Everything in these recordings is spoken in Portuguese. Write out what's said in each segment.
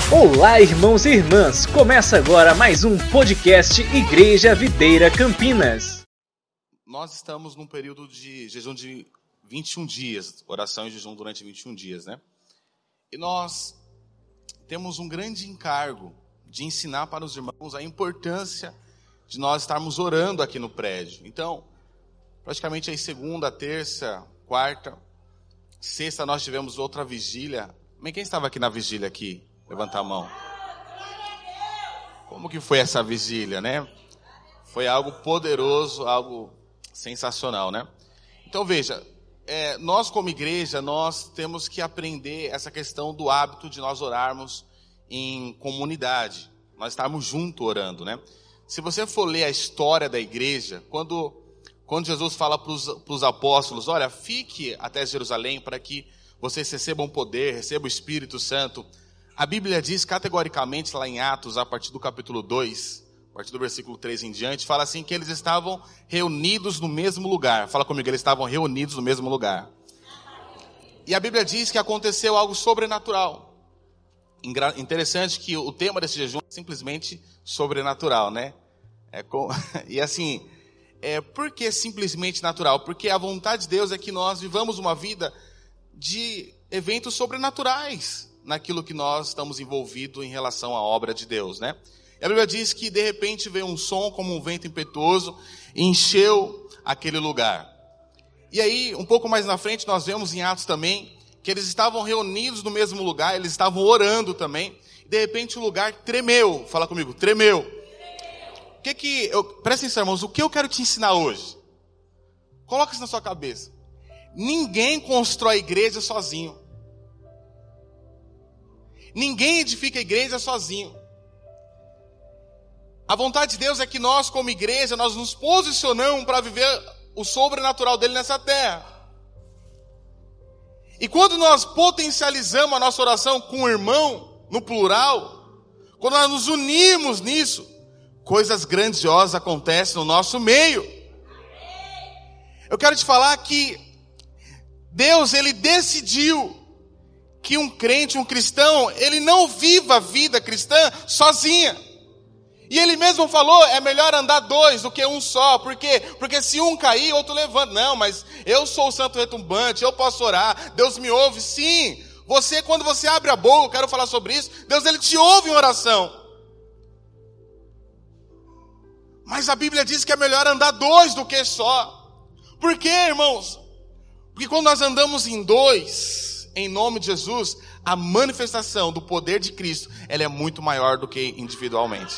Olá, irmãos e irmãs! Começa agora mais um podcast Igreja Videira Campinas. Nós estamos num período de jejum de 21 dias, oração e jejum durante 21 dias, né? E nós temos um grande encargo de ensinar para os irmãos a importância de nós estarmos orando aqui no prédio. Então, praticamente aí segunda, terça, quarta, sexta nós tivemos outra vigília. Mas quem estava aqui na vigília aqui? Levanta a mão. Como que foi essa vigília, né? Foi algo poderoso, algo sensacional, né? Então veja, nós como igreja, nós temos que aprender essa questão do hábito de nós orarmos em comunidade. Nós estarmos juntos orando, né? Se você for ler a história da igreja, quando Jesus fala para os apóstolos, olha, fique até Jerusalém para que vocês recebam poder, recebam o Espírito Santo. A Bíblia diz categoricamente lá em Atos, a partir do capítulo 2, a partir do versículo 3 em diante, fala assim que eles estavam reunidos no mesmo lugar. Fala comigo, eles estavam reunidos no mesmo lugar. E a Bíblia diz que aconteceu algo sobrenatural. Interessante que o tema desse jejum é simplesmente sobrenatural, né? E assim, por que simplesmente natural? Porque a vontade de Deus é que nós vivamos uma vida de eventos sobrenaturais naquilo que nós estamos envolvidos em relação à obra de Deus, né? E a Bíblia diz que de repente veio um som como um vento impetuoso e encheu aquele lugar. E aí, um pouco mais na frente, nós vemos em Atos também que eles estavam reunidos no mesmo lugar, eles estavam orando também, e de repente o lugar tremeu. Fala comigo, tremeu. Presta atenção, irmãos, o que eu quero te ensinar hoje? Coloca isso na sua cabeça. Ninguém constrói igreja sozinho. Ninguém edifica a igreja sozinho. A vontade de Deus é que nós, como igreja, nós nos posicionamos para viver o sobrenatural dele nessa terra. E quando nós potencializamos a nossa oração com o irmão, no plural, quando nós nos unimos nisso, coisas grandiosas acontecem no nosso meio. Eu quero te falar que Deus, ele decidiu que um crente, um cristão, ele não viva a vida cristã sozinha. E ele mesmo falou, é melhor andar dois do que um só. Por quê? Porque se um cair, outro levanta. Não, mas eu sou o santo retumbante, eu posso orar, Deus me ouve. Sim, quando você abre a boca, eu quero falar sobre isso, Deus, ele te ouve em oração. Mas a Bíblia diz que é melhor andar dois do que só. Por quê, irmãos? Porque quando nós andamos em dois, em nome de Jesus, a manifestação do poder de Cristo, ela é muito maior do que individualmente.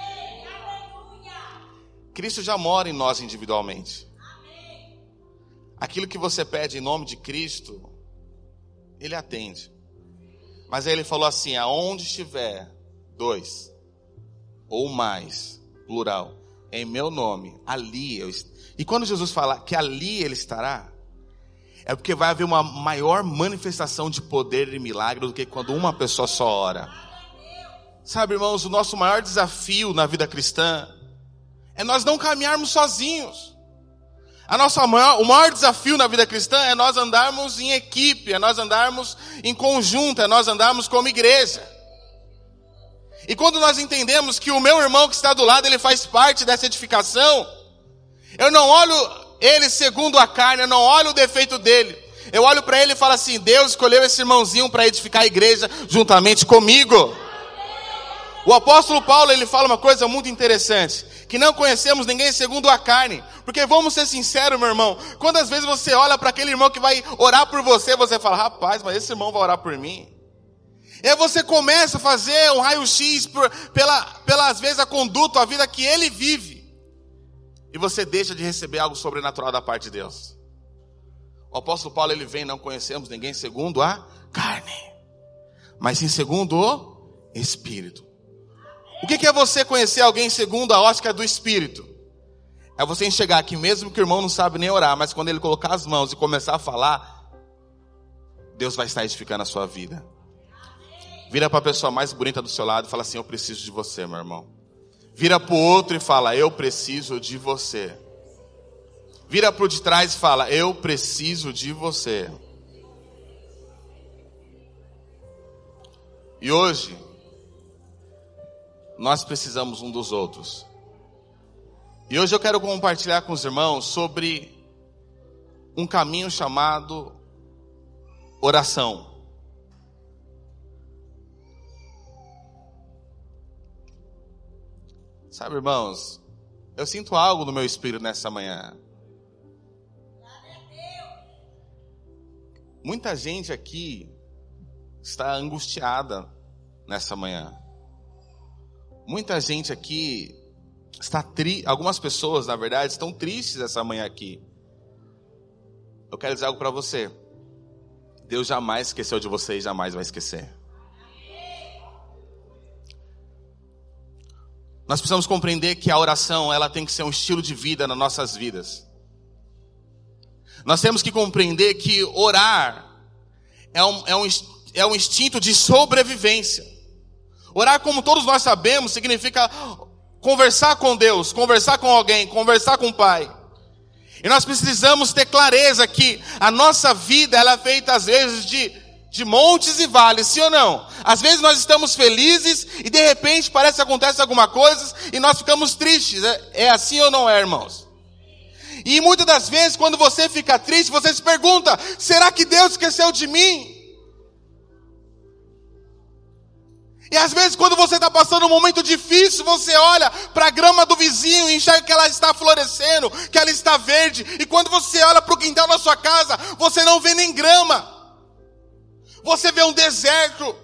Cristo já mora em nós individualmente. Aquilo que você pede em nome de Cristo, ele atende. Mas aí ele falou assim, aonde estiver dois ou mais, plural, em meu nome, ali eu estou. E quando Jesus fala que ali ele estará, é porque vai haver uma maior manifestação de poder e milagre do que quando uma pessoa só ora. Sabe, irmãos, o nosso maior desafio na vida cristã é nós não caminharmos sozinhos. O maior desafio na vida cristã é nós andarmos em equipe, é nós andarmos em conjunto, é nós andarmos como igreja. E quando nós entendemos que o meu irmão que está do lado, ele faz parte dessa edificação, eu não olho ele segundo a carne, eu não olho o defeito dele. Eu olho para ele e falo assim, Deus escolheu esse irmãozinho para edificar a igreja juntamente comigo. O apóstolo Paulo, ele fala uma coisa muito interessante, que não conhecemos ninguém segundo a carne. Porque vamos ser sinceros, meu irmão, quantas vezes você olha para aquele irmão que vai orar por você, você fala, rapaz, mas esse irmão vai orar por mim. E aí você começa a fazer um raio-x às vezes a conduta, a vida que ele vive. E você deixa de receber algo sobrenatural da parte de Deus. O apóstolo Paulo, ele vem, não conhecemos ninguém segundo a carne, mas sim segundo o Espírito. O que é você conhecer alguém segundo a ótica do Espírito? É você enxergar que mesmo que o irmão não sabe nem orar, mas quando ele colocar as mãos e começar a falar, Deus vai estar edificando a sua vida. Vira para a pessoa mais bonita do seu lado e fala assim, eu preciso de você, meu irmão. Vira para o outro e fala, eu preciso de você. Vira para o de trás e fala, eu preciso de você. E hoje, nós precisamos um dos outros. E hoje eu quero compartilhar com os irmãos sobre um caminho chamado oração. Sabe, irmãos, eu sinto algo no meu espírito nessa manhã. Muita gente aqui está angustiada nessa manhã. Muita gente aqui está triste. Algumas pessoas, na verdade, estão tristes essa manhã aqui. Eu quero dizer algo para você. Deus jamais esqueceu de você e jamais vai esquecer. Nós precisamos compreender que a oração, ela tem que ser um estilo de vida nas nossas vidas. Nós temos que compreender que orar é um instinto de sobrevivência. Orar, como todos nós sabemos, significa conversar com Deus, conversar com alguém, conversar com o Pai. E nós precisamos ter clareza que a nossa vida, ela é feita às vezes de montes e vales, sim ou não? Às vezes nós estamos felizes e de repente parece que acontece alguma coisa e nós ficamos tristes. É assim ou não é, irmãos? E muitas das vezes quando você fica triste, você se pergunta, será que Deus esqueceu de mim? E às vezes quando você está passando um momento difícil, você olha para a grama do vizinho e enxerga que ela está florescendo, que ela está verde. E quando você olha para o quintal da sua casa, você não vê nem grama. Você vê um deserto.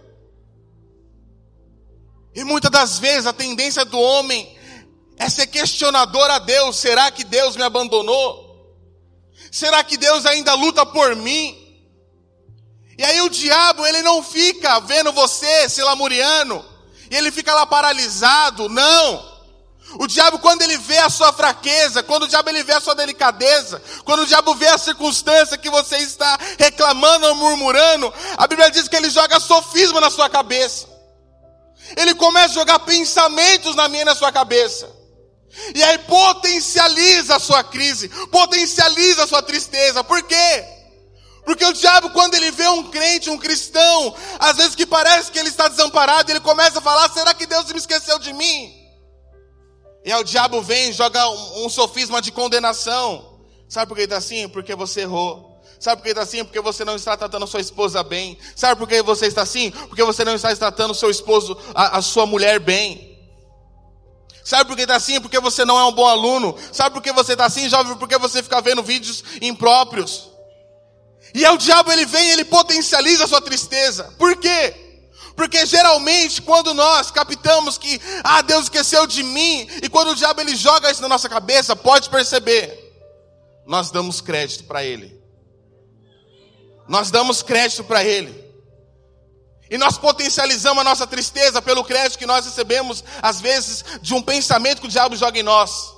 E muitas das vezes a tendência do homem é ser questionador a Deus. Será que Deus me abandonou? Será que Deus ainda luta por mim? E aí o diabo, ele não fica vendo você se lamuriando, e ele fica lá paralisado, não. O diabo, quando ele vê a sua fraqueza, quando o diabo ele vê a sua delicadeza, quando o diabo vê a circunstância que você está reclamando ou murmurando, a Bíblia diz que ele joga sofisma na sua cabeça. Ele começa a jogar pensamentos na minha e na sua cabeça. E aí potencializa a sua crise, potencializa a sua tristeza. Por quê? Porque o diabo, quando ele vê um crente, um cristão, às vezes que parece que ele está desamparado, ele começa a falar, será que Deus me esqueceu de mim? E aí o diabo vem e joga um sofisma de condenação. Sabe por que ele está assim? Porque você errou. Sabe por que ele está assim? Porque você não está tratando a sua esposa bem. Sabe por que você está assim? Porque você não está tratando o seu esposo, a sua mulher bem. Sabe por que está assim? Porque você não é um bom aluno. Sabe por que você está assim, jovem? Porque você fica vendo vídeos impróprios. E aí o diabo ele vem e ele potencializa a sua tristeza. Por quê? Porque geralmente quando nós captamos que Deus esqueceu de mim, e quando o diabo ele joga isso na nossa cabeça, pode perceber, nós damos crédito para ele. Nós damos crédito para ele. E nós potencializamos a nossa tristeza pelo crédito que nós recebemos, às vezes, de um pensamento que o diabo joga em nós.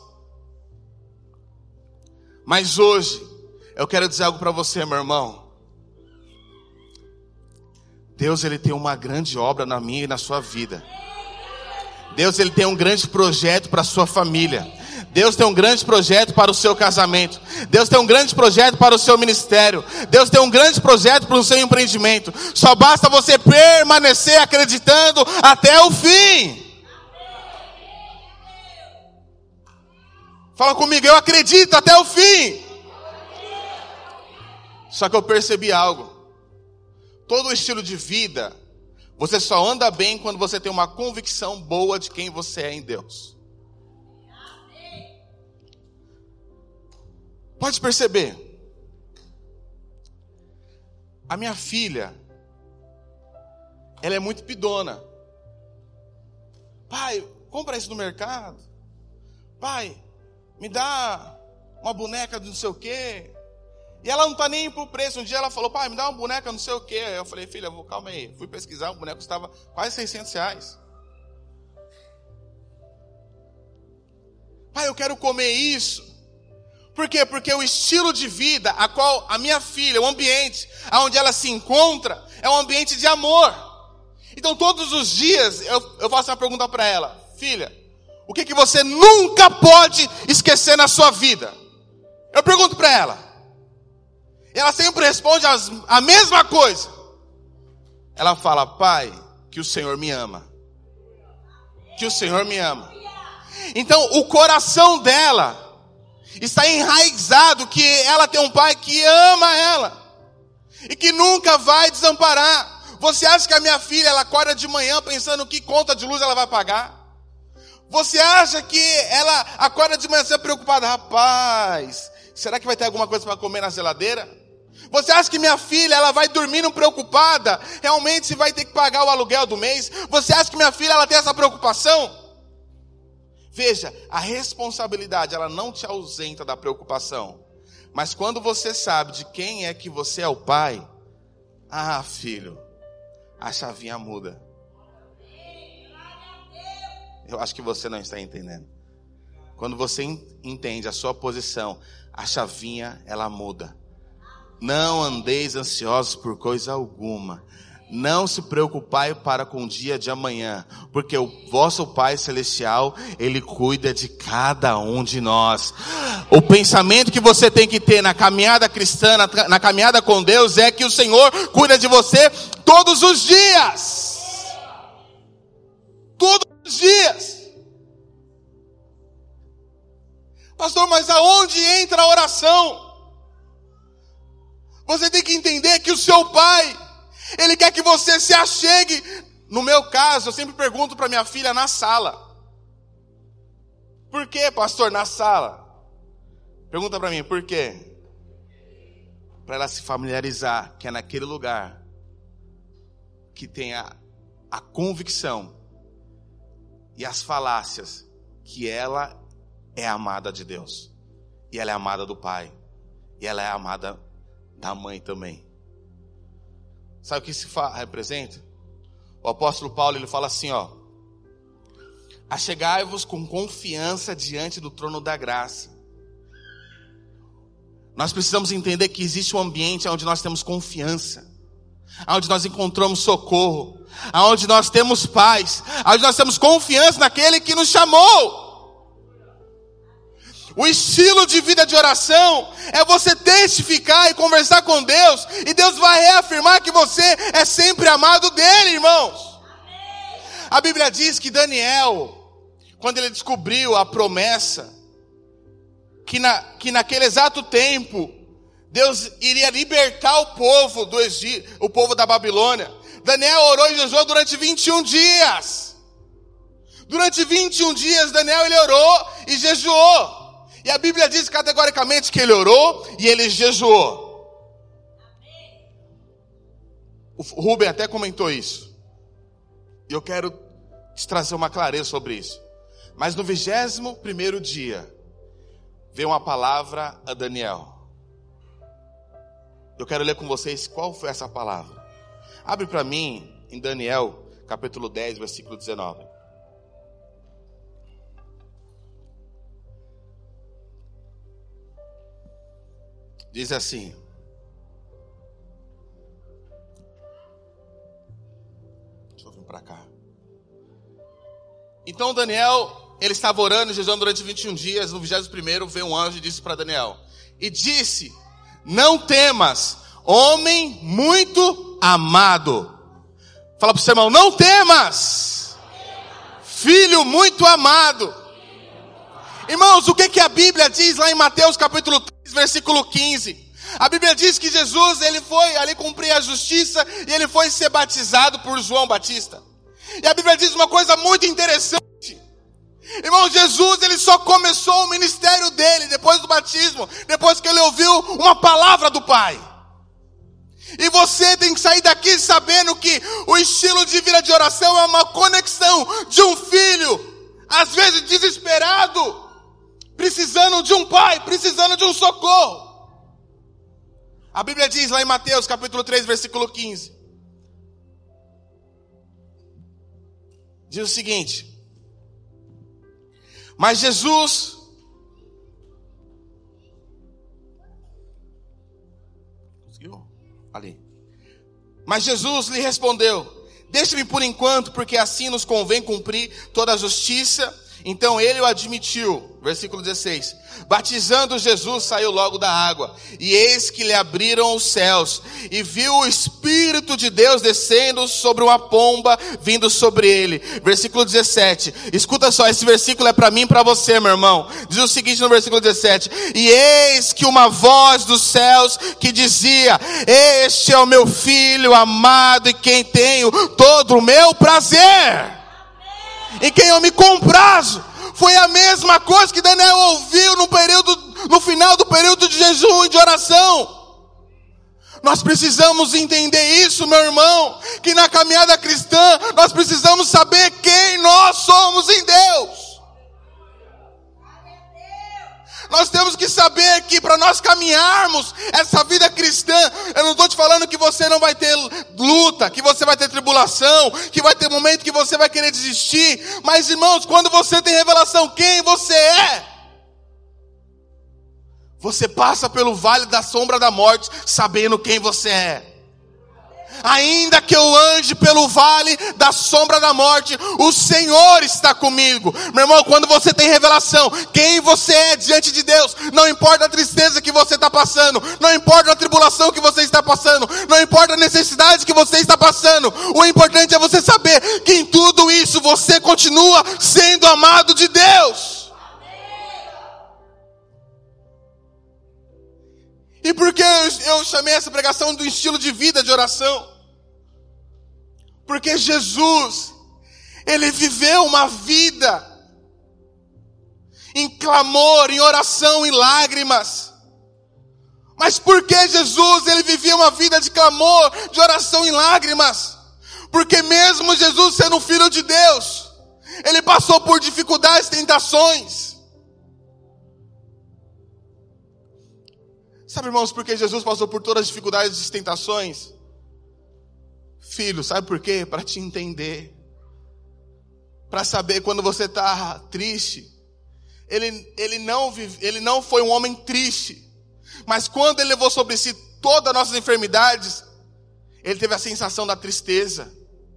Mas hoje eu quero dizer algo para você, meu irmão. Deus, ele tem uma grande obra na minha e na sua vida. Deus, ele tem um grande projeto para a sua família. Deus tem um grande projeto para o seu casamento. Deus tem um grande projeto para o seu ministério. Deus tem um grande projeto para o seu empreendimento. Só basta você permanecer acreditando até o fim. Fala comigo, eu acredito até o fim. Só que eu percebi algo. Todo o estilo de vida, você só anda bem quando você tem uma convicção boa de quem você é em Deus. Pode perceber. A minha filha, ela é muito pidona. Pai, compra isso no mercado. Pai, me dá uma boneca de não sei o quê. E ela não está nem pro preço. Um dia ela falou, pai, me dá uma boneca não sei o quê. Aí eu falei, filha, calma aí. Fui pesquisar, o boneco custava quase R$600. Pai, eu quero comer isso. Por quê? Porque o estilo de vida a qual a minha filha, o ambiente onde ela se encontra, é um ambiente de amor. Então todos os dias eu faço uma pergunta para ela. Filha, o que você nunca pode esquecer na sua vida? Eu pergunto para ela. E ela sempre responde a mesma coisa. Ela fala, pai, que o Senhor me ama. que o Senhor me ama. Então o coração dela está enraizado que ela tem um pai que ama ela e que nunca vai desamparar. Você acha que a minha filha, ela acorda de manhã pensando que conta de luz ela vai pagar? Você acha que ela acorda de manhã sempre preocupada? Rapaz, será que vai ter alguma coisa para comer na geladeira? Você acha que minha filha, ela vai dormindo preocupada realmente se vai ter que pagar o aluguel do mês? Você acha que minha filha, ela tem essa preocupação? Veja, a responsabilidade, ela não te ausenta da preocupação. Mas quando você sabe de quem é que você é o pai, filho, a chavinha muda. Eu acho que você não está entendendo. Quando você entende a sua posição, a chavinha, ela muda. Não andeis ansiosos por coisa alguma. Não se preocupai para com o dia de amanhã, porque o vosso Pai Celestial, Ele cuida de cada um de nós. O pensamento que você tem que ter na caminhada cristã, na caminhada com Deus, é que o Senhor cuida de você todos os dias. Todos os dias. Pastor, mas aonde entra a oração? Você tem que entender que o seu Pai, Ele quer que você se achegue. No meu caso, eu sempre pergunto para minha filha na sala. Por que, pastor, na sala? Pergunta para mim, por quê? Para ela se familiarizar que é naquele lugar que tem a convicção e as falácias que ela é amada de Deus. E ela é amada do Pai. E ela é amada da mãe também. Sabe o que isso representa? O apóstolo Paulo, ele fala assim, achegai-vos com confiança diante do trono da graça. Nós precisamos entender que existe um ambiente onde nós temos confiança, onde nós encontramos socorro, onde nós temos paz, onde nós temos confiança naquele que nos chamou. O estilo de vida de oração é você testificar e conversar com Deus, e Deus vai reafirmar que você é sempre amado dele, irmãos. A Bíblia diz que Daniel, quando ele descobriu a promessa, que naquele exato tempo, Deus iria libertar o povo do Egito, o povo da Babilônia. Daniel orou e jejuou durante 21 dias. Durante 21 dias, Daniel, ele orou e jejuou. E a Bíblia diz categoricamente que ele orou e ele jejuou. O Rubem até comentou isso. E eu quero te trazer uma clareza sobre isso. Mas no 21º dia, veio uma palavra a Daniel. Eu quero ler com vocês qual foi essa palavra. Abre para mim em Daniel, capítulo 10, versículo 19. Diz assim: deixa eu vir para cá. Então Daniel, ele estava orando e jejuando durante 21 dias. No 21º veio um anjo e disse para Daniel, e disse: não temas, homem muito amado. Fala para o seu irmão, não temas, filho muito amado. Irmãos, o que a Bíblia diz lá em Mateus capítulo 3, versículo 15? A Bíblia diz que Jesus, ele foi ali cumprir a justiça e ele foi ser batizado por João Batista. E a Bíblia diz uma coisa muito interessante. Irmão, Jesus, ele só começou o ministério dele depois do batismo, depois que ele ouviu uma palavra do Pai. E você tem que sair daqui sabendo que o estilo de vida de oração é uma conexão de um filho, às vezes desesperado, precisando de um pai, precisando de um socorro. A Bíblia diz lá em Mateus capítulo 3, versículo 15. Diz o seguinte: mas Jesus Mas Jesus lhe respondeu: deixe-me por enquanto, porque assim nos convém cumprir toda a justiça. Então ele o admitiu, versículo 16. Batizando Jesus, saiu logo da água. E eis que lhe abriram os céus. E viu o Espírito de Deus descendo sobre uma pomba, vindo sobre ele. Versículo 17. Escuta só, esse versículo é para mim e para você, meu irmão. Diz o seguinte no versículo 17. E eis que uma voz dos céus que dizia: este é o meu filho amado, em quem tenho todo o meu prazer, em quem eu me comprazo. Foi a mesma coisa que Daniel ouviu no final do período de jejum e de oração. Nós precisamos entender isso, meu irmão, que na caminhada cristã nós precisamos saber quem nós somos em Deus. Nós temos que saber que para nós caminharmos essa vida cristã, eu não estou te falando que você não vai ter luta, que você vai ter tribulação, que vai ter momento que você vai querer desistir. Mas, irmãos, quando você tem revelação quem você é, você passa pelo vale da sombra da morte sabendo quem você é. Ainda que eu ande pelo vale da sombra da morte, o Senhor está comigo. Meu irmão, quando você tem revelação quem você é diante de Deus, não importa a tristeza que você está passando, não importa a tribulação que você está passando, não importa a necessidade que você está passando, o importante é você saber que em tudo isso você continua sendo amado de Deus. E por que eu chamei essa pregação do estilo de vida de oração? Porque Jesus, ele viveu uma vida em clamor, em oração, em lágrimas. Mas por que Jesus, ele vivia uma vida de clamor, de oração em lágrimas? Porque mesmo Jesus sendo filho de Deus, ele passou por dificuldades, tentações. Sabe, irmãos, por que Jesus passou por todas as dificuldades e tentações? Filho, sabe por quê? Para te entender. Para saber quando você está triste. Ele não foi um homem triste. Mas quando ele levou sobre si todas as nossas enfermidades, ele teve a sensação da tristeza.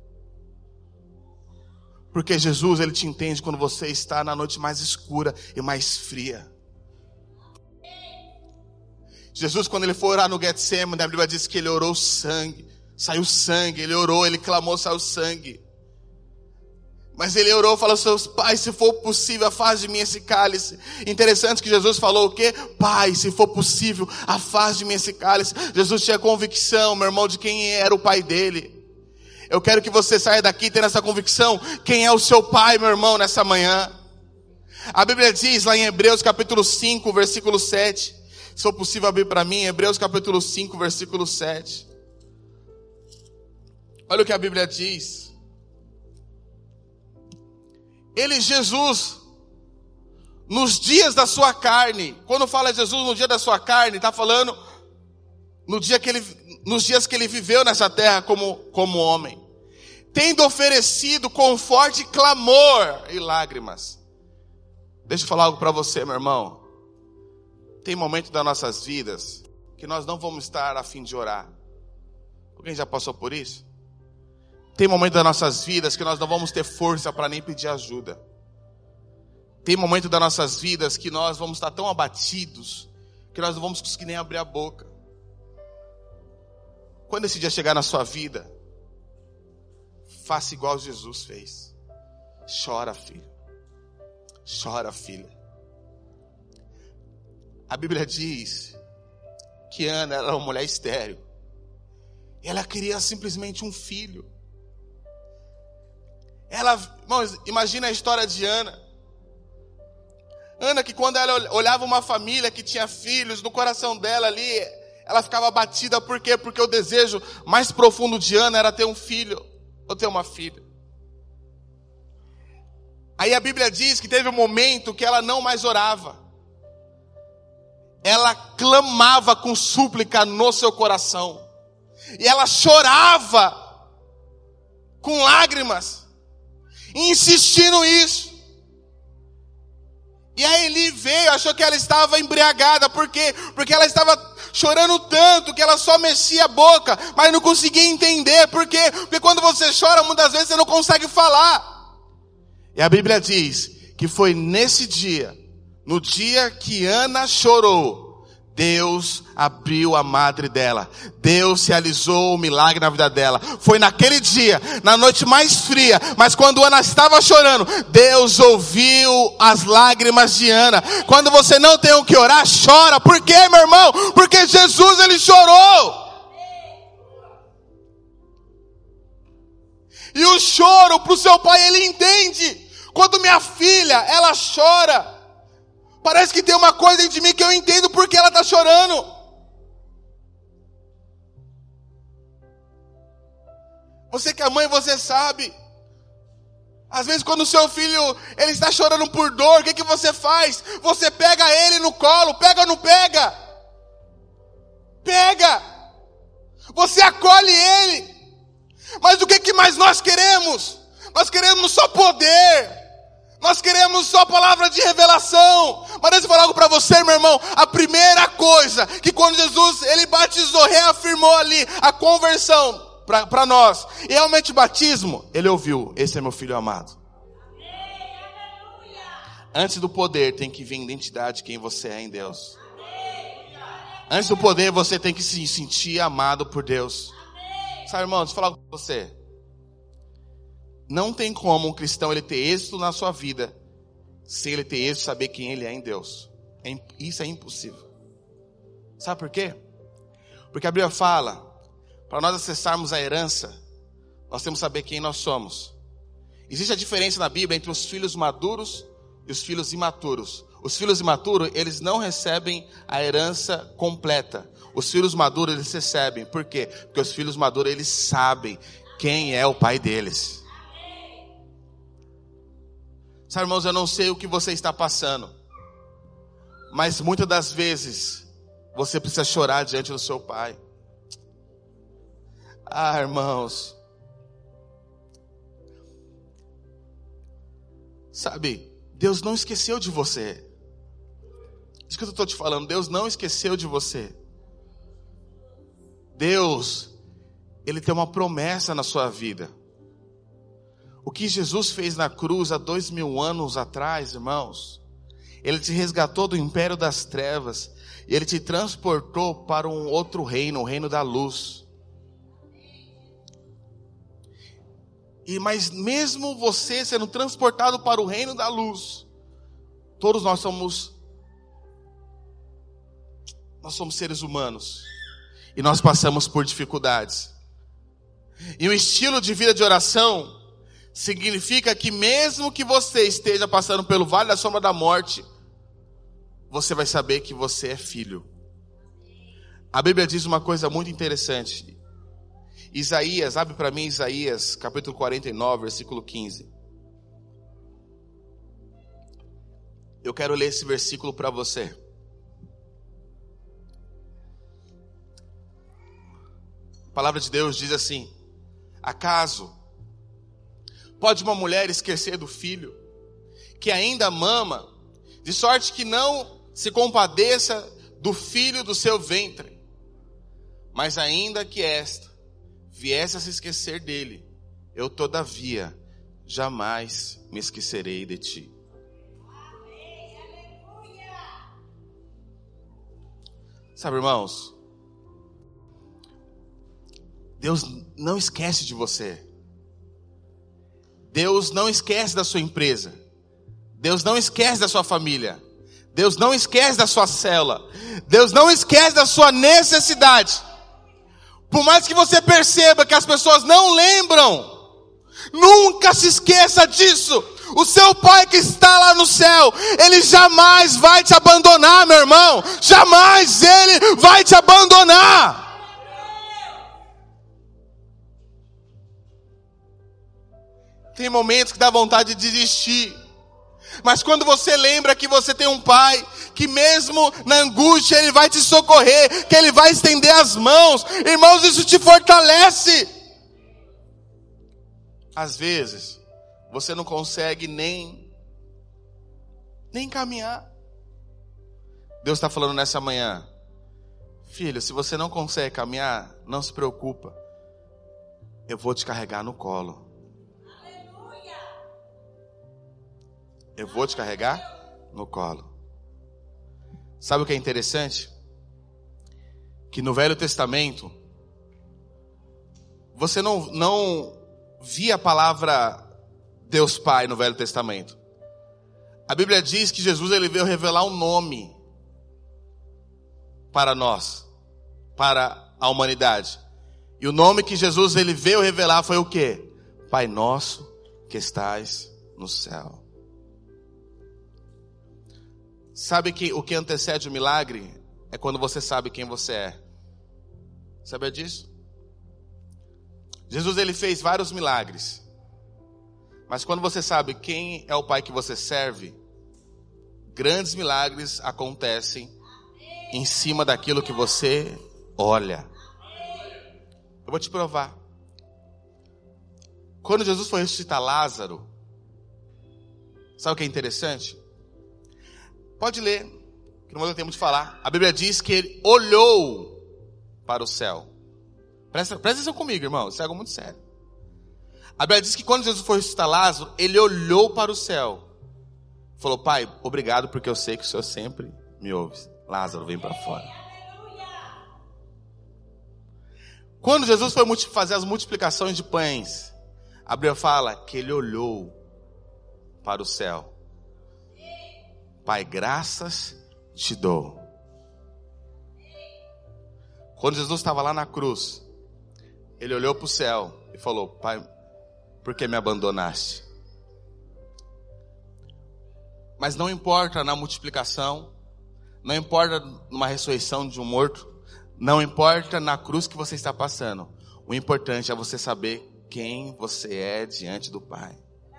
Porque Jesus, ele te entende quando você está na noite mais escura e mais fria. Jesus, quando ele foi orar no Getsemane, a Bíblia diz que ele orou sangue. Saiu sangue, ele orou, ele clamou, saiu sangue. Mas ele orou, falou: seus Pai, se for possível, afaste de mim esse cálice. Interessante que Jesus falou o quê? Pai, se for possível, afaste de mim esse cálice. Jesus tinha convicção, meu irmão, de quem era o Pai dele. Eu quero que você saia daqui tendo essa convicção. Quem é o seu Pai, meu irmão, nessa manhã? A Bíblia diz lá em Hebreus capítulo 5, versículo 7. Se for possível abrir para mim, Hebreus capítulo 5, versículo 7. Olha o que a Bíblia diz. Ele, Jesus, nos dias da sua carne, quando fala Jesus no dia da sua carne, está falando nos dias que ele viveu nessa terra como homem, tendo oferecido com forte clamor e lágrimas. Deixa eu falar algo para você, meu irmão. Tem momentos das nossas vidas que nós não vamos estar a fim de orar. Alguém já passou por isso? Tem momentos das nossas vidas que nós não vamos ter força para nem pedir ajuda. Tem momentos das nossas vidas que nós vamos estar tão abatidos que nós não vamos conseguir nem abrir a boca. Quando esse dia chegar na sua vida, faça igual Jesus fez. Chora, filho. Chora, filha. A Bíblia diz que Ana era uma mulher estéril. E ela queria simplesmente um filho. Irmãos, imagina a história de Ana. Ana, que quando ela olhava uma família que tinha filhos, no coração dela ali, ela ficava abatida. Por quê? Porque o desejo mais profundo de Ana era ter um filho, ou ter uma filha. Aí a Bíblia diz que teve um momento que ela não mais orava. Ela clamava com súplica no seu coração. E ela chorava com lágrimas, insistindo nisso. E aí Eli veio, achou que ela estava embriagada. Por quê? Porque ela estava chorando tanto que ela só mexia a boca, mas não conseguia entender. Por quê? Porque quando você chora, muitas vezes você não consegue falar. E a Bíblia diz que foi nesse dia, no dia que Ana chorou, Deus abriu a madre dela. Deus realizou o milagre na vida dela. Foi naquele dia, na noite mais fria, mas quando Ana estava chorando, Deus ouviu as lágrimas de Ana. Quando você não tem o que orar, chora. Por quê, meu irmão? Porque Jesus, ele chorou. E o choro para o seu pai, ele entende. Quando minha filha, ela chora, parece que tem uma coisa dentro de mim que eu entendo porque ela está chorando. Você que é mãe, você sabe. Às vezes quando o seu filho, ele está chorando por dor, o que você faz? Você pega ele no colo, pega ou não pega? Pega. Você acolhe ele. Mas o que mais nós queremos? Nós queremos só poder. Nós queremos só palavra de revelação. Mas deixa eu falar algo para você, meu irmão. A primeira coisa que quando Jesus, ele batizou, reafirmou ali a conversão para nós. E realmente o batismo, ele ouviu: esse é meu filho amado. Antes do poder tem que vir a identidade de quem você é em Deus. Antes do poder você tem que se sentir amado por Deus. Sabe, irmão, deixa eu falar algo para você. Não tem como um cristão ele ter êxito na sua vida sem ele ter êxito saber quem ele é em Deus. Isso é impossível. Sabe por quê? Porque a Bíblia fala, para nós acessarmos a herança, nós temos que saber quem nós somos. Existe a diferença na Bíblia entre os filhos maduros e os filhos imaturos. Os filhos imaturos, eles não recebem a herança completa. Os filhos maduros, eles recebem. Por quê? Porque os filhos maduros, eles sabem quem é o pai deles. Sabe, irmãos, eu não sei o que você está passando, mas muitas das vezes você precisa chorar diante do seu pai. Ah, irmãos, sabe, Deus não esqueceu de você. Isso que eu estou te falando, Deus não esqueceu de você. Deus, ele tem uma promessa na sua vida. O que Jesus fez na cruz há 2000 anos atrás, irmãos, ele te resgatou do império das trevas, e ele te transportou para um outro reino, o reino da luz. Mas mesmo você sendo transportado para o reino da luz, todos nós somos seres humanos, e nós passamos por dificuldades. E o estilo de vida de oração significa que mesmo que você esteja passando pelo vale da sombra da morte, você vai saber que você é filho. A Bíblia diz uma coisa muito interessante. Isaías, abre para mim Isaías, capítulo 49, versículo 15. Eu quero ler esse versículo para você. A palavra de Deus diz assim: acaso pode uma mulher esquecer do filho que ainda mama, de sorte que não se compadeça do filho do seu ventre? Mas ainda que esta viesse a se esquecer dele, eu todavia jamais me esquecerei de ti. Sabe, irmãos, Deus não esquece de você. Deus não esquece da sua empresa. Deus não esquece da sua família. Deus não esquece da sua célula. Deus não esquece da sua necessidade. Por mais que você perceba que as pessoas não lembram, nunca se esqueça disso. O seu pai que está lá no céu, ele jamais vai te abandonar, meu irmão. Jamais ele vai te abandonar. Tem momentos que dá vontade de desistir. Mas quando você lembra que você tem um pai, que mesmo na angústia ele vai te socorrer, que ele vai estender as mãos, irmãos, isso te fortalece. Às vezes, você não consegue nem caminhar. Deus está falando nessa manhã: filho, se você não consegue caminhar, não se preocupa. Eu vou te carregar no colo. Aleluia! eu vou te carregar no colo. Sabe o que é interessante? Que no Velho Testamento, você não via a palavra Deus Pai no Velho Testamento. A Bíblia diz que Jesus ele veio revelar um nome para nós, para a humanidade. E o nome que Jesus ele veio revelar foi o quê? Pai nosso que estais no céu. Sabe que o que antecede o milagre é quando você sabe quem você é. Sabia disso? Jesus ele fez vários milagres. Mas quando você sabe quem é o Pai que você serve, grandes milagres acontecem em cima daquilo que você olha. Eu vou te provar. Quando Jesus foi ressuscitar Lázaro, sabe o que é interessante? Pode ler, que não vou ter tempo de falar. A Bíblia diz que ele olhou para o céu. Presta atenção comigo, irmão, isso é algo muito sério. A Bíblia diz que quando Jesus foi ressuscitar Lázaro, ele olhou para o céu. Falou, Pai, obrigado porque eu sei que o Senhor sempre me ouve. Lázaro, vem para fora. Quando Jesus foi fazer as multiplicações de pães, a Bíblia fala que ele olhou para o céu. Pai, graças te dou. Quando Jesus estava lá na cruz, ele olhou para o céu e falou, Pai, por que me abandonaste? Mas não importa na multiplicação, não importa numa ressurreição de um morto, não importa na cruz que você está passando. O importante é você saber quem você é diante do Pai.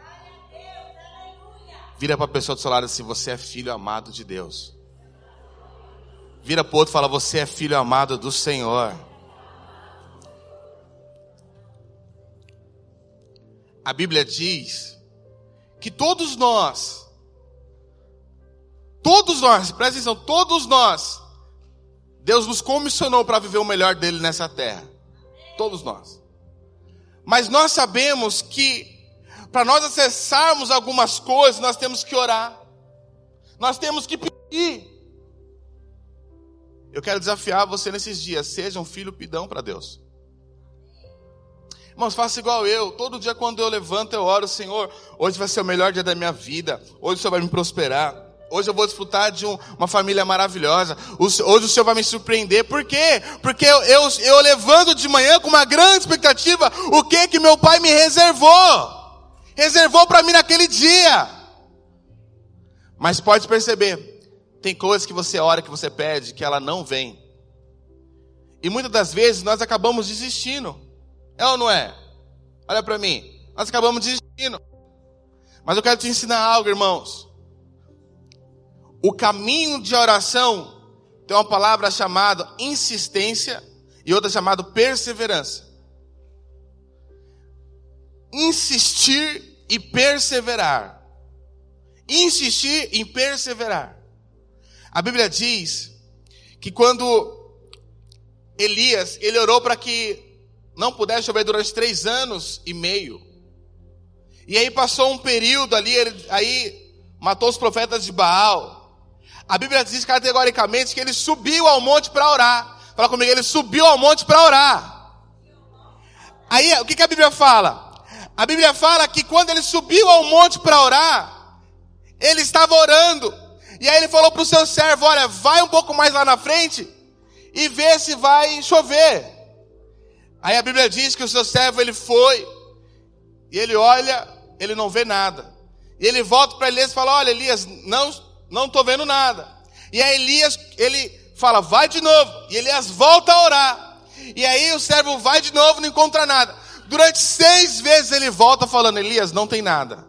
Vira para a pessoa do seu lado assim, você é filho amado de Deus. Vira para o outro e fala, você é filho amado do Senhor. A Bíblia diz que todos nós, presta atenção, todos nós, Deus nos comissionou para viver o melhor dele nessa terra. Todos nós. Mas nós sabemos que para nós acessarmos algumas coisas, nós temos que orar. Nós temos que pedir. Eu quero desafiar você nesses dias, seja um filho pidão para Deus. Irmãos, faça igual eu. Todo dia quando eu levanto, eu oro, Senhor, hoje vai ser o melhor dia da minha vida. Hoje o Senhor vai me prosperar. Hoje eu vou desfrutar de uma família maravilhosa. Hoje o Senhor vai me surpreender. Por quê? Porque eu levanto de manhã com uma grande expectativa. O que meu Pai me reservou? Reservou para mim naquele dia. Mas pode perceber, tem coisas que você ora, que você pede, que ela não vem. E muitas das vezes nós acabamos desistindo. É ou não é? Olha para mim. Nós acabamos desistindo. Mas eu quero te ensinar algo, irmãos. O caminho de oração tem uma palavra chamada insistência e outra chamada perseverança. Insistir e perseverar. Insistir em perseverar. A Bíblia diz que quando Elias, ele orou para que não pudesse chover durante 3 anos e meio. E aí passou um período ali, aí matou os profetas de Baal. A Bíblia diz categoricamente que ele subiu ao monte para orar. Fala comigo, ele subiu ao monte para orar. Aí, o que a Bíblia fala? A Bíblia fala que quando ele subiu ao monte para orar, ele estava orando. E aí ele falou para o seu servo, olha, vai um pouco mais lá na frente e vê se vai chover. Aí a Bíblia diz que o seu servo, ele foi, e ele olha, ele não vê nada. E ele volta para Elias e fala, olha Elias, não estou vendo nada. E aí Elias, ele fala, vai de novo. E Elias volta a orar. E aí o servo vai de novo, não encontra nada. Durante 6 vezes ele volta falando, Elias, não tem nada.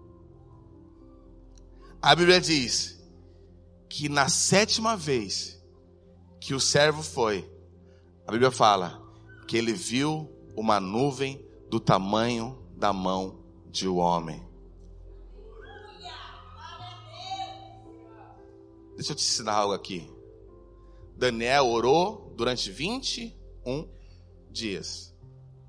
A Bíblia diz que na 7ª vez que o servo foi, a Bíblia fala que ele viu uma nuvem do tamanho da mão de um homem. Deixa eu te ensinar algo aqui. Daniel orou durante 21 dias.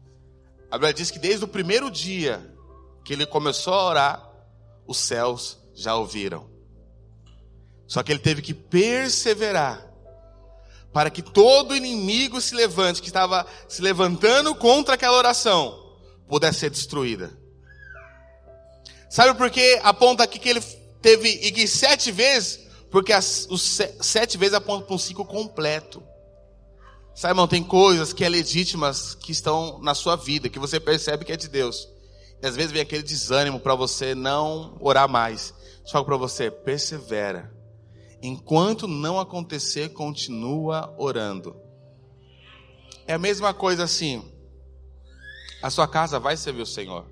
A Bíblia diz que desde o primeiro dia que ele começou a orar, os céus já ouviram. Só que ele teve que perseverar para que todo inimigo se levante, que estava se levantando contra aquela oração, pudesse ser destruída. Sabe por que aponta aqui que ele teve que ir 7 vezes? Porque os 7 vezes aponta para um ciclo completo. Sabe, irmão, tem coisas que é legítimas que estão na sua vida, que você percebe que é de Deus. E às vezes vem aquele desânimo para você não orar mais. Só para você, persevera. Enquanto não acontecer, continua orando. É a mesma coisa assim. A sua casa vai servir o Senhor.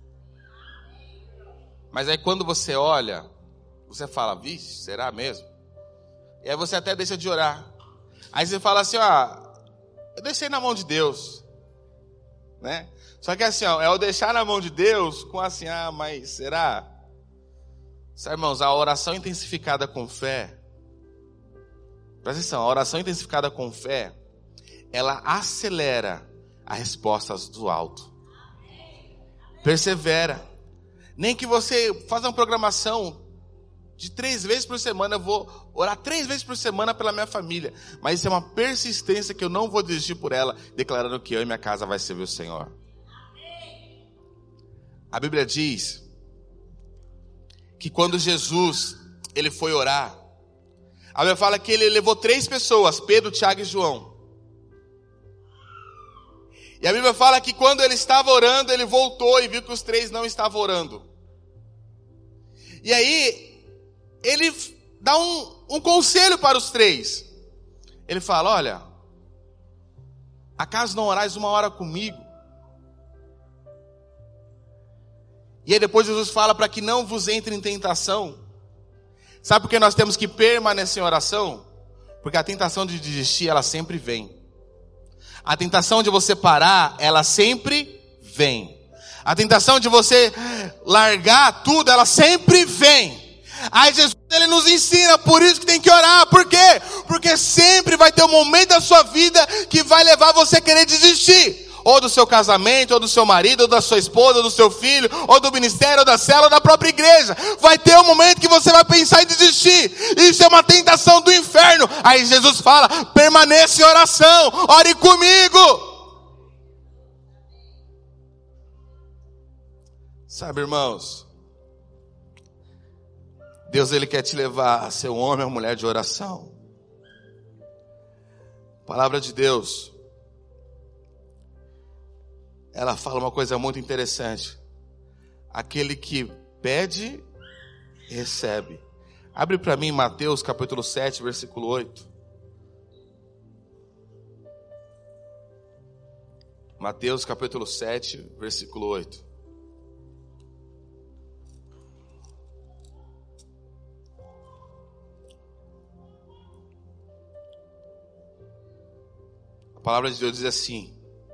Mas aí quando você olha, você fala, vixe, será mesmo? E aí você até deixa de orar. Aí você fala assim, eu deixei na mão de Deus. Né? Só que assim, é o deixar na mão de Deus com assim, mas será? Sabe, irmãos, a oração intensificada com fé, presta atenção, a oração intensificada com fé, ela acelera as respostas do alto. Persevera. Nem que você faça uma programação de 3 vezes por semana, eu vou orar 3 vezes por semana pela minha família. Mas isso é uma persistência que eu não vou desistir por ela, declarando que eu e minha casa vai servir o Senhor. A Bíblia diz que quando Jesus ele foi orar, a Bíblia fala que ele levou 3 pessoas, Pedro, Tiago e João. E a Bíblia fala que quando ele estava orando, ele voltou e viu que os 3 não estavam orando. E aí, ele dá um conselho para os 3. Ele fala, olha, acaso não orais 1 hora comigo? E aí depois Jesus fala para que não vos entre em tentação. Sabe por que nós temos que permanecer em oração? Porque a tentação de desistir, ela sempre vem. A tentação de você parar, ela sempre vem. A tentação de você largar tudo, ela sempre vem. Aí Jesus, ele nos ensina, por isso que tem que orar. Por quê? Porque sempre vai ter um momento da sua vida que vai levar você a querer desistir. Ou do seu casamento, ou do seu marido, ou da sua esposa, ou do seu filho, ou do ministério, ou da célula, ou da própria igreja. Vai ter um momento que você vai pensar em desistir. Isso é uma tentação do inferno. Aí Jesus fala, permaneça em oração, ore comigo. Sabe, irmãos, Deus, ele quer te levar a ser um homem ou mulher de oração. A palavra de Deus, ela fala uma coisa muito interessante. Aquele que pede, recebe. Abre para mim Mateus capítulo 7, versículo 8. Mateus capítulo 7, versículo 8. A palavra de Deus diz assim.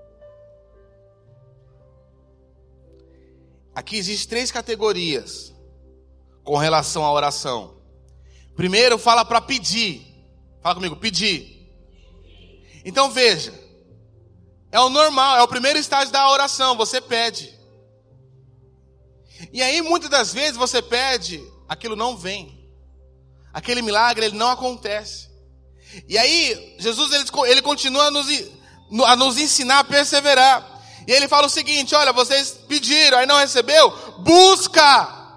Aqui existem 3 categorias com relação à oração. Primeiro, fala para pedir. Fala comigo, pedir. Então veja, é o normal, é o primeiro estágio da oração, você pede. E aí muitas das vezes você pede, aquilo não vem. Aquele milagre, ele não acontece. E aí Jesus ele continua a nos ensinar a perseverar. E ele fala o seguinte, olha, vocês pediram, aí não recebeu, busca.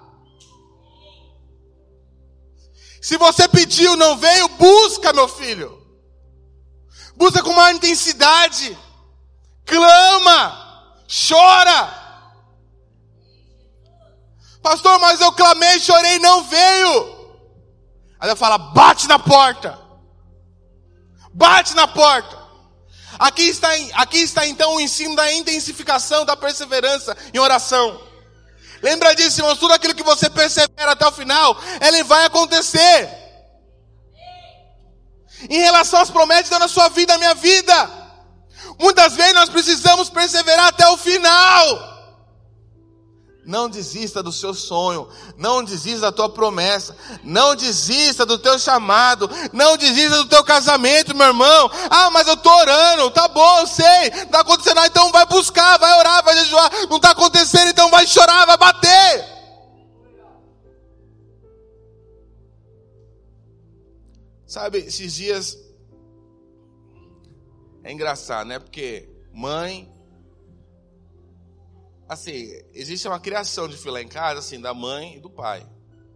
Se você pediu, não veio, busca, meu filho. Busca com maior intensidade. Clama, chora. Pastor, mas eu clamei, chorei, não veio. Aí ela fala, bate na porta. Bate na porta. Aqui está então o ensino da intensificação, da perseverança em oração. Lembra disso, irmãos, tudo aquilo que você persevera até o final, ele vai acontecer. Em relação às promessas da sua vida, da minha vida, muitas vezes nós precisamos perseverar até o final. Não desista do seu sonho, não desista da tua promessa, não desista do teu chamado, não desista do teu casamento, meu irmão. Ah, mas eu estou orando, tá bom, eu sei, não está acontecendo, então vai buscar, vai orar, vai jejuar, não está acontecendo, então vai chorar, vai bater. Sabe, esses dias é engraçado, né? Porque mãe, assim, existe uma criação de filé em casa, assim, da mãe e do pai.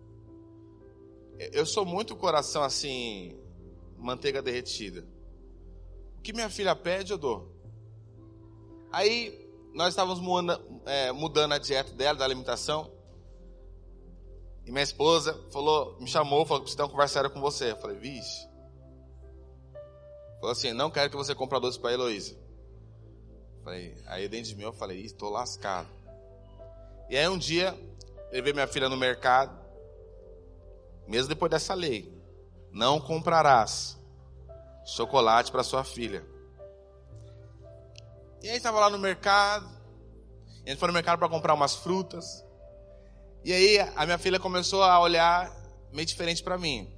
Eu sou muito coração, assim, manteiga derretida. O que minha filha pede, eu dou. Aí, nós estávamos mudando a dieta dela, da alimentação. E minha esposa me chamou, falou que precisa ter uma conversa séria com você. Eu falei, vixe. Falou assim, não quero que você compre doce para a Heloísa. Aí dentro de mim eu falei, estou lascado. E aí um dia, levei minha filha no mercado. Mesmo depois dessa lei, não comprarás chocolate para sua filha. E aí estava lá no mercado. A gente foi no mercado para comprar umas frutas. E aí a minha filha começou a olhar meio diferente para mim.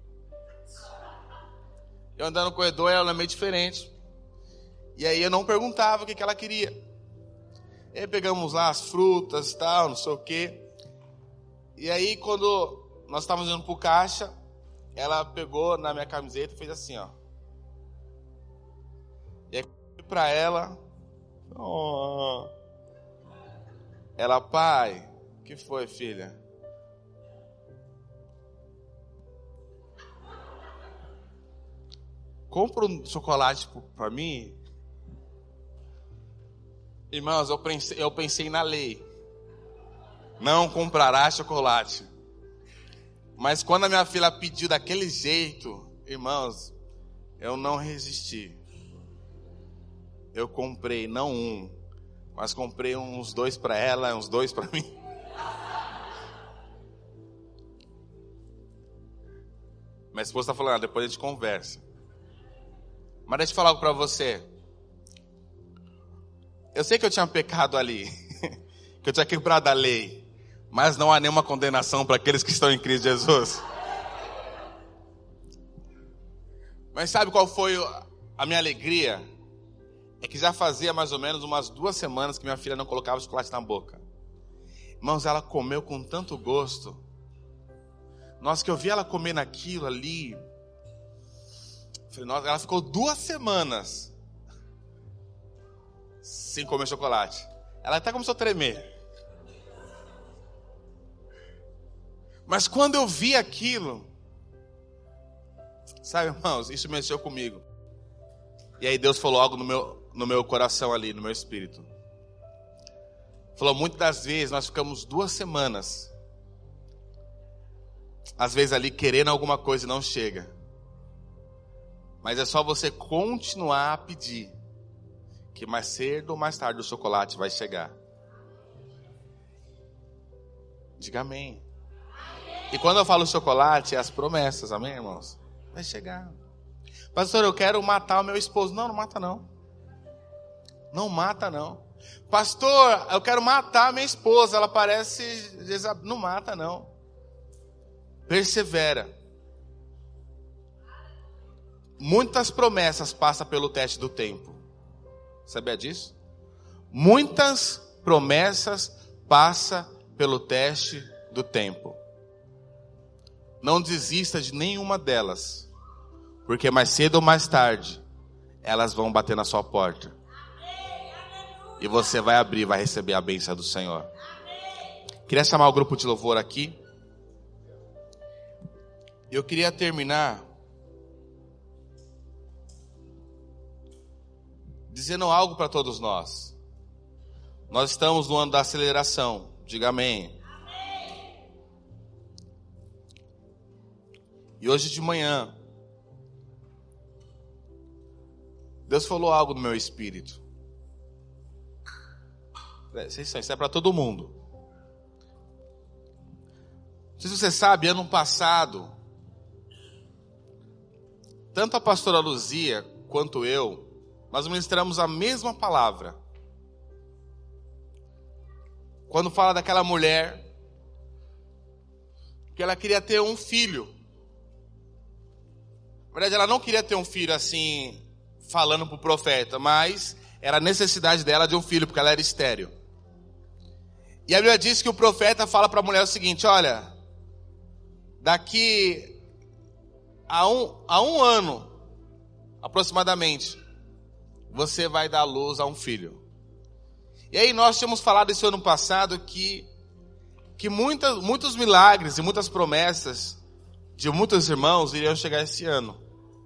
Eu andando no corredor, ela meio diferente. E aí eu não perguntava o que ela queria. E aí pegamos lá as frutas e tal, não sei o quê. E aí quando nós estávamos indo pro caixa, ela pegou na minha camiseta e fez assim, ó. E aí pra ela, oh. Ela, pai, o que foi, filha? Compra um chocolate pra mim? Irmãos, eu pensei na lei. Não comprará chocolate. Mas quando a minha filha pediu daquele jeito, irmãos, eu não resisti. Eu comprei, não um, mas comprei uns 2 para ela, uns 2 para mim. Minha esposa está falando, depois a gente conversa. Mas deixa eu falar algo para você. Eu sei que eu tinha pecado ali, que eu tinha quebrado a lei. Mas não há nenhuma condenação para aqueles que estão em Cristo Jesus. Mas sabe qual foi a minha alegria? É que já fazia mais ou menos umas 2 semanas que minha filha não colocava chocolate na boca. Irmãos, ela comeu com tanto gosto. Nossa, que eu vi ela comendo aquilo ali. Falei, nossa, ela ficou 2 semanas sem comer chocolate. Ela até começou a tremer. Mas quando eu vi aquilo, sabe, irmãos, isso mexeu comigo. E aí Deus falou algo no meu coração ali, no meu espírito. Falou, muitas das vezes nós ficamos 2 semanas, às vezes ali querendo alguma coisa e não chega. Mas é só você continuar a pedir, que mais cedo ou mais tarde o chocolate vai chegar. Diga amém. E quando eu falo chocolate, é as promessas, amém, irmãos? Vai chegar. Pastor, eu quero matar o meu esposo. Não, não mata não. Não mata não. Pastor, eu quero matar a minha esposa. Ela parece... Não mata não. Persevera. Muitas promessas passam pelo teste do tempo. Sabia disso? Muitas promessas passam pelo teste do tempo. Não desista de nenhuma delas, porque mais cedo ou mais tarde elas vão bater na sua porta. E você vai abrir, vai receber a bênção do Senhor. Queria chamar o grupo de louvor aqui. Eu queria terminar dizendo algo para todos nós. Nós estamos no ano da aceleração. Diga amém. E hoje de manhã, Deus falou algo no meu espírito. Isso é para todo mundo. Não sei se você sabe, ano passado, tanto a pastora Luzia quanto eu, nós ministramos a mesma palavra. Quando fala daquela mulher que ela queria ter um filho. Na verdade, ela não queria ter um filho assim, falando para o profeta, mas era a necessidade dela de um filho, porque ela era estéril. E a Bíblia diz que o profeta fala para a mulher o seguinte: olha, daqui há um ano, aproximadamente, você vai dar luz a um filho. E aí nós tínhamos falado esse ano passado que muitos milagres e muitas promessas de muitos irmãos iriam chegar esse ano.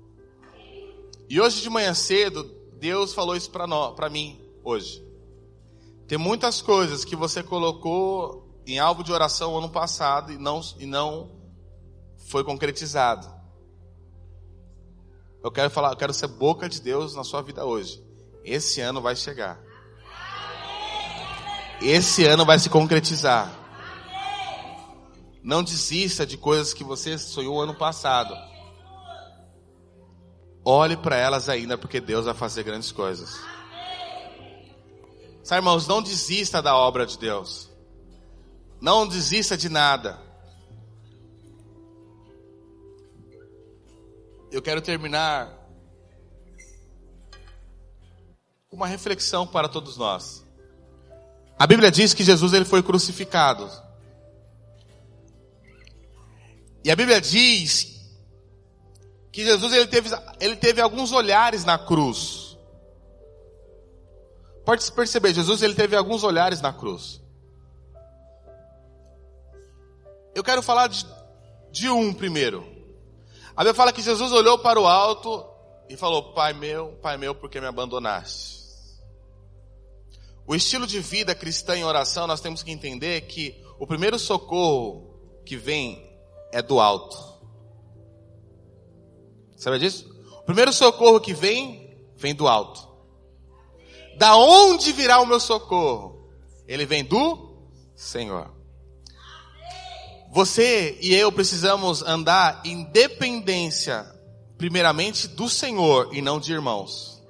E hoje de manhã cedo, Deus falou isso para mim hoje. Tem muitas coisas que você colocou em alvo de oração ano passado e não foi concretizado. Eu quero ser boca de Deus na sua vida hoje. Esse ano vai chegar. Esse ano vai se concretizar. Não desista de coisas que você sonhou ano passado. Olhe para elas ainda, porque Deus vai fazer grandes coisas. Sabe, irmãos, não desista da obra de Deus. Não desista de nada. Eu quero terminar com uma reflexão para todos nós. A Bíblia diz que Jesus ele foi crucificado. E a Bíblia diz que Jesus ele teve alguns olhares na cruz. Pode se perceber, Jesus ele teve alguns olhares na cruz. Eu quero falar de um primeiro. A Bíblia fala que Jesus olhou para o alto e falou: Pai meu, por que me abandonaste? O estilo de vida cristã em oração, nós temos que entender que o primeiro socorro que vem é do alto. Sabe disso? O primeiro socorro que vem do alto. Da onde virá o meu socorro? Ele vem do Senhor. Você e eu precisamos andar em dependência, primeiramente do Senhor e não de irmãos.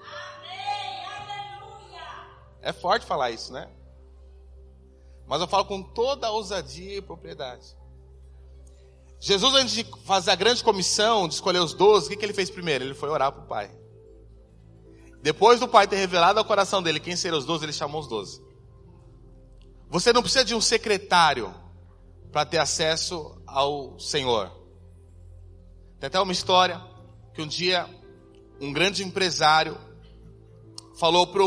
É forte falar isso, né? Mas eu falo com toda a ousadia e propriedade. Jesus, antes de fazer a grande comissão, de escolher os 12, o que ele fez primeiro? Ele foi orar para o Pai. Depois do Pai ter revelado ao coração dele quem seriam os 12, ele chamou os 12. Você não precisa de um secretário para ter acesso ao Senhor. Tem até uma história que um dia um grande empresário falou para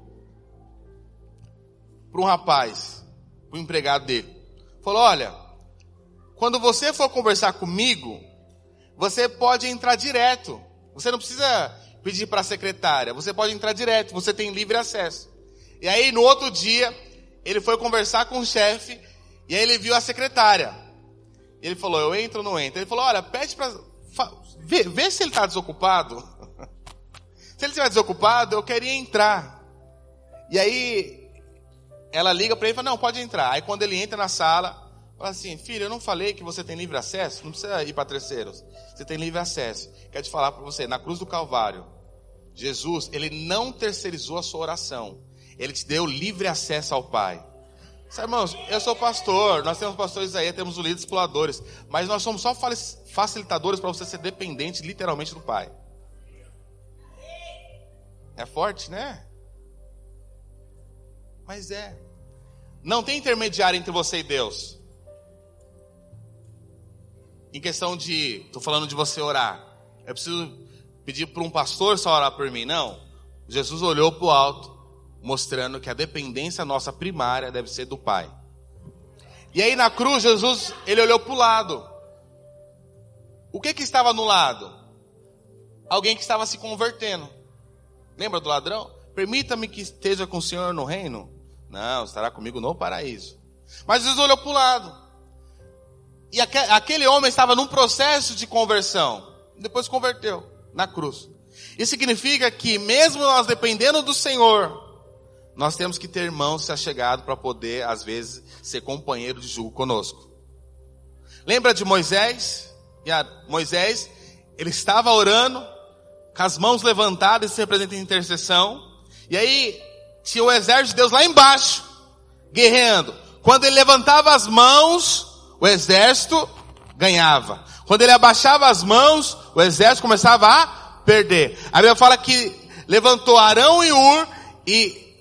um rapaz, para o empregado dele. Falou: olha, quando você for conversar comigo, você pode entrar direto. Você não precisa pedir para a secretária. Você pode entrar direto, você tem livre acesso. E aí no outro dia, ele foi conversar com o chefe. E aí ele viu a secretária. Ele falou: eu entro ou não entro? Ele falou: olha, pede para... Vê se ele está desocupado. Se ele estiver desocupado, eu queria entrar. E aí ela liga para ele e fala: não, pode entrar. Aí quando ele entra na sala, fala assim: filho, eu não falei que você tem livre acesso? Não precisa ir para terceiros. Você tem livre acesso. Quero te falar para você, na cruz do Calvário, Jesus, ele não terceirizou a sua oração. Ele te deu livre acesso ao Pai. Sabe, irmãos, eu sou pastor, nós temos pastores aí, temos os líderes exploradores, mas nós somos só facilitadores para você ser dependente literalmente do Pai. É forte, né? Mas é. Não tem intermediário entre você e Deus. Em questão de, estou falando de você orar. Eu preciso pedir para um pastor só orar por mim. Não. Jesus olhou para o alto, mostrando que a dependência nossa primária deve ser do Pai. E aí na cruz, Jesus, ele olhou para o lado. O que estava no lado? Alguém que estava se convertendo. Lembra do ladrão? Permita-me que esteja com o Senhor no reino. Não, estará comigo no paraíso. Mas Jesus olhou para o lado. E aquele homem estava num processo de conversão. Depois se converteu na cruz. Isso significa que mesmo nós dependendo do Senhor, nós temos que ter irmãos se achegados para poder, às vezes, ser companheiro de jugo conosco. Lembra de Moisés? Moisés, ele estava orando, com as mãos levantadas, isso representa intercessão. E aí, tinha o exército de Deus lá embaixo, guerreando. Quando ele levantava as mãos, o exército ganhava. Quando ele abaixava as mãos, o exército começava a perder. A Bíblia fala que levantou Arão e Hur e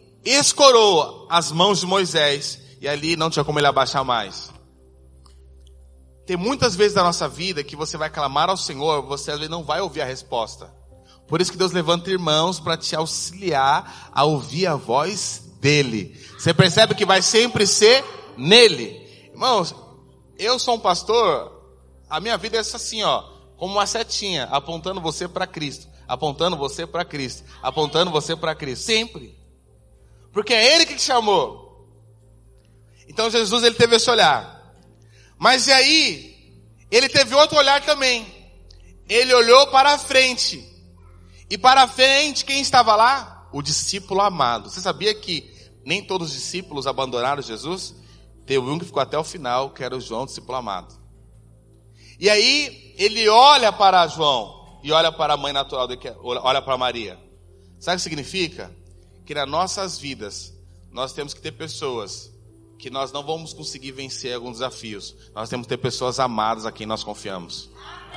escorou as mãos de Moisés. E ali não tinha como ele abaixar mais. Tem muitas vezes na nossa vida que você vai clamar ao Senhor, você às vezes não vai ouvir a resposta. Por isso que Deus levanta irmãos para te auxiliar a ouvir a voz dele. Você percebe que vai sempre ser nele. Irmãos, eu sou um pastor, a minha vida é assim, ó, como uma setinha, apontando você para Cristo, apontando você para Cristo, apontando você para Cristo, sempre. Porque é ele que te chamou. Então Jesus, ele teve esse olhar. Mas e aí, ele teve outro olhar também. Ele olhou para a frente. E para a frente, quem estava lá? O discípulo amado. Você sabia que nem todos os discípulos abandonaram Jesus? Teve um que ficou até o final, que era o João, discípulo amado. E aí, ele olha para João e olha para a mãe natural dele, olha para Maria. Sabe o que significa? Que nas nossas vidas, nós temos que ter pessoas que nós não vamos conseguir vencer alguns desafios. Nós temos que ter pessoas amadas a quem nós confiamos.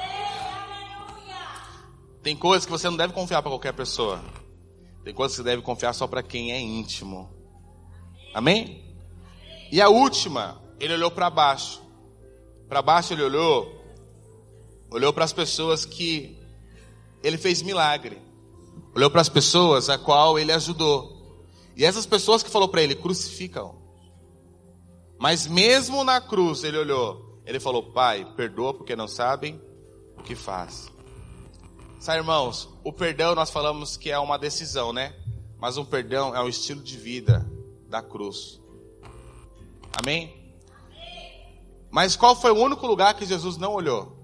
Tem coisas que você não deve confiar para qualquer pessoa. Tem coisas que você deve confiar só para quem é íntimo. Amém? E a última, ele olhou para baixo. Para baixo ele olhou para as pessoas que ele fez milagre. Olhou para as pessoas a qual ele ajudou. E essas pessoas que falou para ele, crucificam. Mas mesmo na cruz ele olhou. Ele falou, Pai, perdoa porque não sabem o que faz. Sabe, irmãos, o perdão nós falamos que é uma decisão, né? Mas um perdão é um estilo de vida da cruz. Amém? Mas qual foi o único lugar que Jesus não olhou?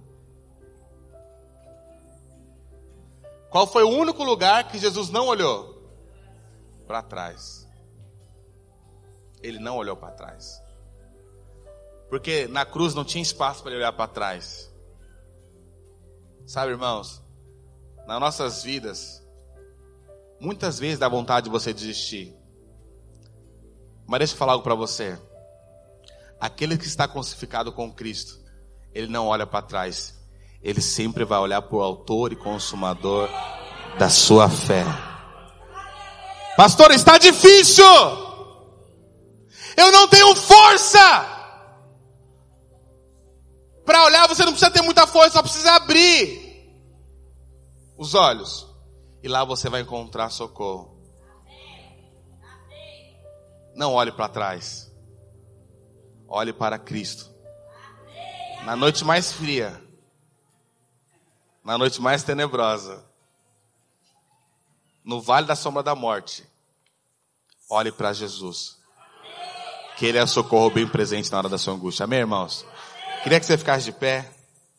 Qual foi o único lugar que Jesus não olhou? Para trás. Ele não olhou para trás. Porque na cruz não tinha espaço para ele olhar para trás. Sabe, irmãos? Nas nossas vidas, muitas vezes dá vontade de você desistir. Mas deixa eu falar algo para você. Aquele que está crucificado com Cristo, ele não olha para trás. Ele sempre vai olhar para o autor e consumador da sua fé. Pastor, está difícil. Eu não tenho força. Para olhar você não precisa ter muita força, só precisa abrir os olhos. E lá você vai encontrar socorro. Não olhe para trás. Olhe para Cristo. Na noite mais fria, na noite mais tenebrosa, no vale da sombra da morte, olhe para Jesus. Que Ele é o socorro bem presente na hora da sua angústia. Amém, irmãos? Queria que você ficasse de pé.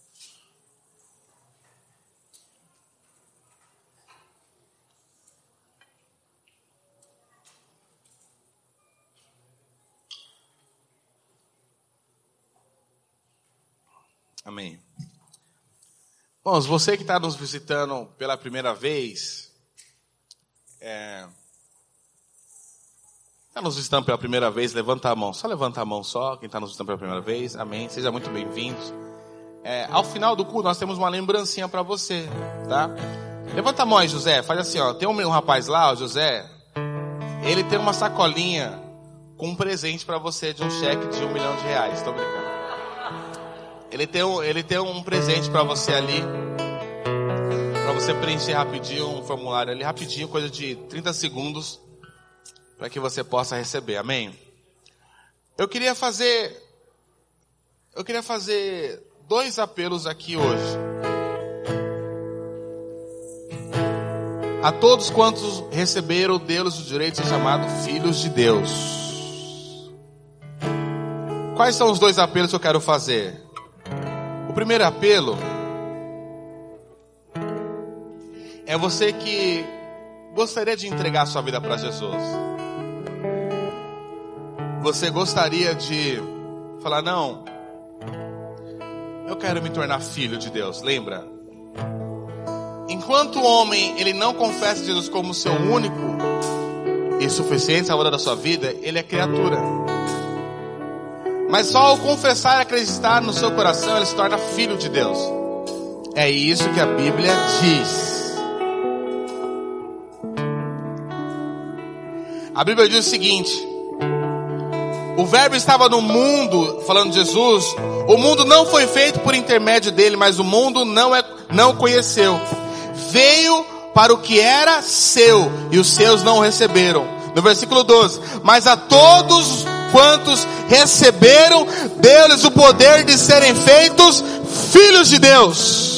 Amém. Bom, você que está nos visitando pela primeira vez, está nos visitando pela primeira vez, levanta a mão. Só levanta a mão só, quem está nos visitando pela primeira vez. Amém. Seja muito bem-vindos. Ao final do culto, nós temos uma lembrancinha para você, tá? Levanta a mão aí, José. Faz assim, ó. Tem um rapaz lá, o José. Ele tem uma sacolinha com um presente para você de um cheque de R$1 milhão. Estou brincando. Ele tem um presente para você ali, para você preencher rapidinho um formulário ali, rapidinho, coisa de 30 segundos, para que você possa receber. Amém? Eu queria fazer 2 apelos aqui hoje. A todos quantos receberam deles o direito de ser chamados filhos de Deus. Quais são os 2 apelos que eu quero fazer? O primeiro apelo é você que gostaria de entregar sua vida para Jesus. Você gostaria de falar, não, eu quero me tornar filho de Deus. Lembra? Enquanto o homem ele não confessa Jesus como seu único e suficiente salvador da sua vida, ele é criatura. Mas só ao confessar e acreditar no seu coração, ele se torna filho de Deus. É isso que a Bíblia diz. A Bíblia diz o seguinte: O verbo estava no mundo, falando de Jesus. O mundo não foi feito por intermédio dele, mas o mundo não conheceu. Veio para o que era seu, e os seus não o receberam. No versículo 12: mas a todos quantos receberam, deu-lhes o poder de serem feitos filhos de Deus.